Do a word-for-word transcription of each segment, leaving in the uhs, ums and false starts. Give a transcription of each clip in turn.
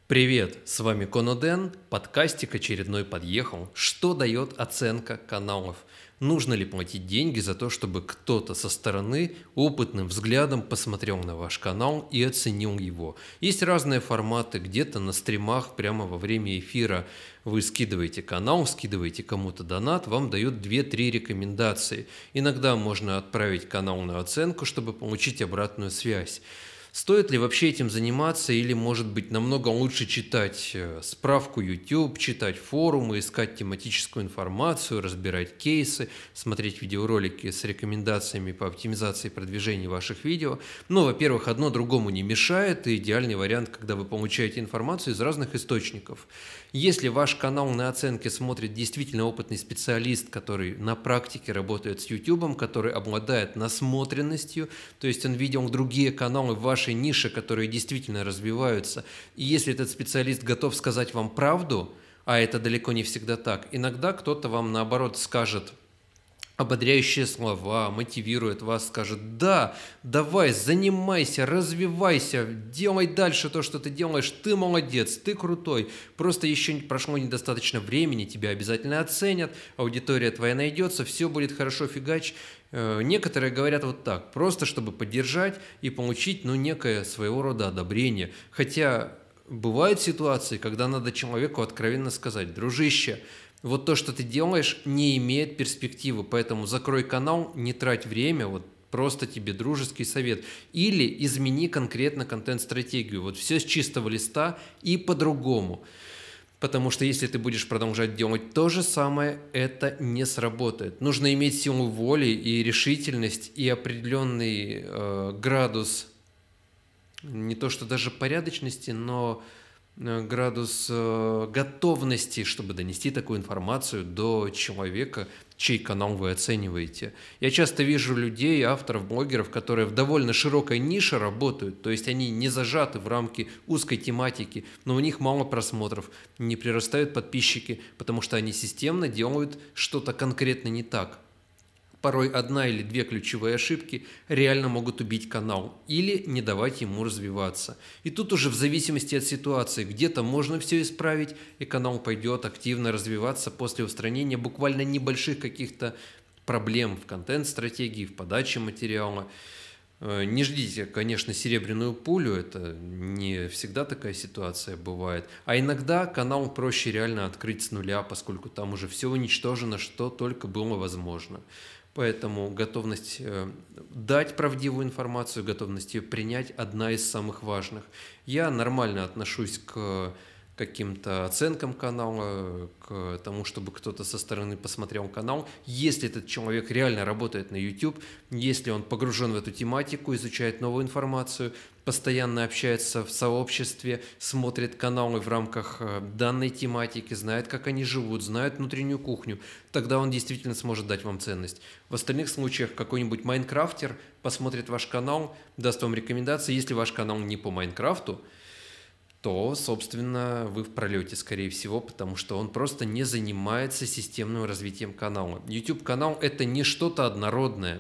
Привет, с вами Коноден, подкастик очередной подъехал. Что дает оценка каналов? Нужно ли платить деньги за то, чтобы кто-то со стороны опытным взглядом посмотрел на ваш канал и оценил его? Есть разные форматы, где-то на стримах прямо во время эфира вы скидываете канал, скидываете кому-то донат, вам дают две-три рекомендации. Иногда можно отправить канал на оценку, чтобы получить обратную связь. Стоит ли вообще этим заниматься или, может быть, намного лучше читать э, справку YouTube, читать форумы, искать тематическую информацию, разбирать кейсы, смотреть видеоролики с рекомендациями по оптимизации продвижения ваших видео? Ну, во-первых, одно другому не мешает, и идеальный вариант, когда вы получаете информацию из разных источников. Если ваш канал на оценке смотрит действительно опытный специалист, который на практике работает с YouTube, который обладает насмотренностью, то есть он видел другие каналы в вашей нише, которые действительно развиваются, и если этот специалист готов сказать вам правду, а это далеко не всегда так, иногда кто-то вам наоборот скажет ободряющие слова, мотивирует вас, скажет: да, давай, занимайся, развивайся, делай дальше то, что ты делаешь, ты молодец, ты крутой, просто еще прошло недостаточно времени, тебя обязательно оценят, аудитория твоя найдется, все будет хорошо, фигач. Некоторые говорят вот так, просто чтобы поддержать и получить, ну, некое своего рода одобрение, хотя бывают ситуации, когда надо человеку откровенно сказать: дружище, вот то, что ты делаешь, не имеет перспективы, поэтому закрой канал, не трать время, вот просто тебе дружеский совет. Или измени конкретно контент-стратегию, вот все с чистого листа и по-другому. Потому что если ты будешь продолжать делать то же самое, это не сработает. Нужно иметь силу воли и решительность, и определенный э, градус, не то что даже порядочности, но градус э, готовности, чтобы донести такую информацию до человека, чей канал вы оцениваете. Я часто вижу людей, авторов, блогеров, которые в довольно широкой нише работают, то есть они не зажаты в рамки узкой тематики, но у них мало просмотров, не прирастают подписчики, потому что они системно делают что-то конкретно не так. Порой одна или две ключевые ошибки реально могут убить канал или не давать ему развиваться. И тут уже в зависимости от ситуации, где-то можно все исправить, и канал пойдет активно развиваться после устранения буквально небольших каких-то проблем в контент-стратегии, в подаче материала. Не ждите, конечно, серебряную пулю, это не всегда такая ситуация бывает. А иногда канал проще реально открыть с нуля, поскольку там уже все уничтожено, что только было возможно. Поэтому готовность дать правдивую информацию, готовность ее принять – одна из самых важных. Я нормально отношусь к каким-то оценкам канала, к тому, чтобы кто-то со стороны посмотрел канал. Если этот человек реально работает на YouTube, если он погружен в эту тематику, изучает новую информацию, постоянно общается в сообществе, смотрит каналы в рамках данной тематики, знает, как они живут, знает внутреннюю кухню, тогда он действительно сможет дать вам ценность. В остальных случаях какой-нибудь майнкрафтер посмотрит ваш канал, даст вам рекомендации. Если ваш канал не по Майнкрафту, то, собственно, вы в пролете, скорее всего, потому что он просто не занимается системным развитием канала. YouTube-канал – это не что-то однородное,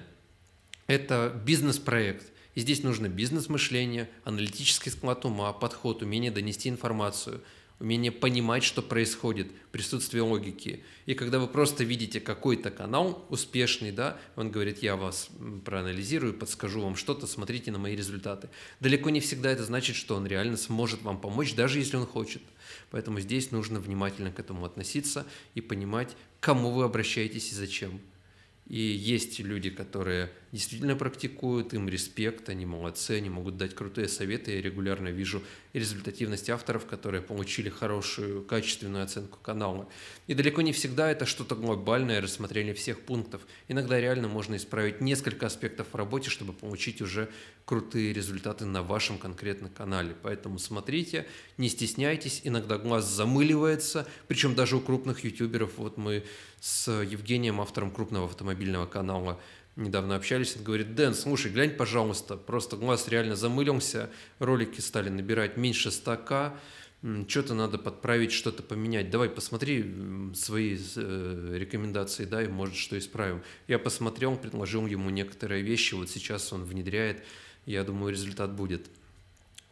это бизнес-проект. И здесь нужно бизнес-мышление, аналитический склад ума, подход, умение донести информацию, умение понимать, что происходит, присутствие логики. И когда вы просто видите какой-то канал успешный, да, он говорит: я вас проанализирую, подскажу вам что-то, смотрите на мои результаты. Далеко не всегда это значит, что он реально сможет вам помочь, даже если он хочет. Поэтому здесь нужно внимательно к этому относиться и понимать, к кому вы обращаетесь и зачем. И есть люди, которые действительно практикуют, им респект, они молодцы, они могут дать крутые советы. Я регулярно вижу результативность авторов, которые получили хорошую, качественную оценку канала. И далеко не всегда это что-то глобальное, рассмотрение всех пунктов. Иногда реально можно исправить несколько аспектов в работе, чтобы получить уже крутые результаты на вашем конкретном канале. Поэтому смотрите, не стесняйтесь, иногда глаз замыливается, причем даже у крупных ютуберов. Вот мы с Евгением, автором крупного автомобильного канала, недавно общались, он говорит: Дэн, слушай, глянь, пожалуйста, просто глаз реально замылился, ролики стали набирать меньше ста тысяч, что-то надо подправить, что-то поменять, давай посмотри свои рекомендации, да, и может что исправим. Я посмотрел, предложил ему некоторые вещи, вот сейчас он внедряет, я думаю, результат будет.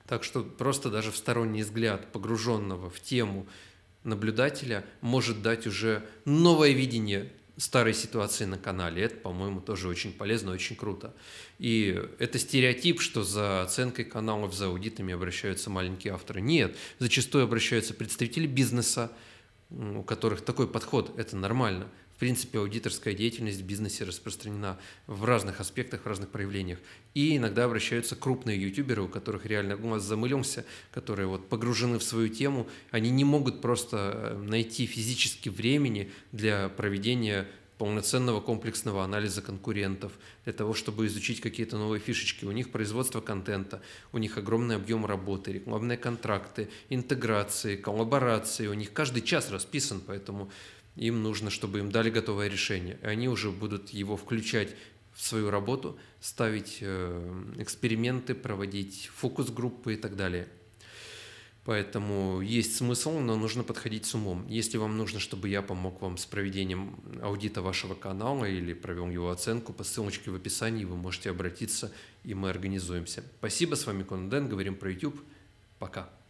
Так что просто даже в сторонний взгляд погруженного в тему наблюдателя может дать уже новое видение старой ситуации на канале. Это, по-моему, тоже очень полезно, очень круто. И это стереотип, что за оценкой каналов, за аудитами обращаются маленькие авторы. Нет, зачастую обращаются представители бизнеса, у которых такой подход, это нормально. В принципе, аудиторская деятельность в бизнесе распространена в разных аспектах, в разных проявлениях. И иногда обращаются крупные ютуберы, у которых реально глаз замылился, которые вот погружены в свою тему. Они не могут просто найти физически времени для проведения полноценного комплексного анализа конкурентов, для того, чтобы изучить какие-то новые фишечки. У них производство контента, у них огромный объем работы, рекламные контракты, интеграции, коллаборации. У них каждый час расписан, поэтому им нужно, чтобы им дали готовое решение. И они уже будут его включать в свою работу, ставить эксперименты, проводить фокус-группы и так далее. Поэтому есть смысл, но нужно подходить с умом. Если вам нужно, чтобы я помог вам с проведением аудита вашего канала или провел его оценку, по ссылочке в описании вы можете обратиться, и мы организуемся. Спасибо, с вами Коноден, говорим про YouTube. Пока.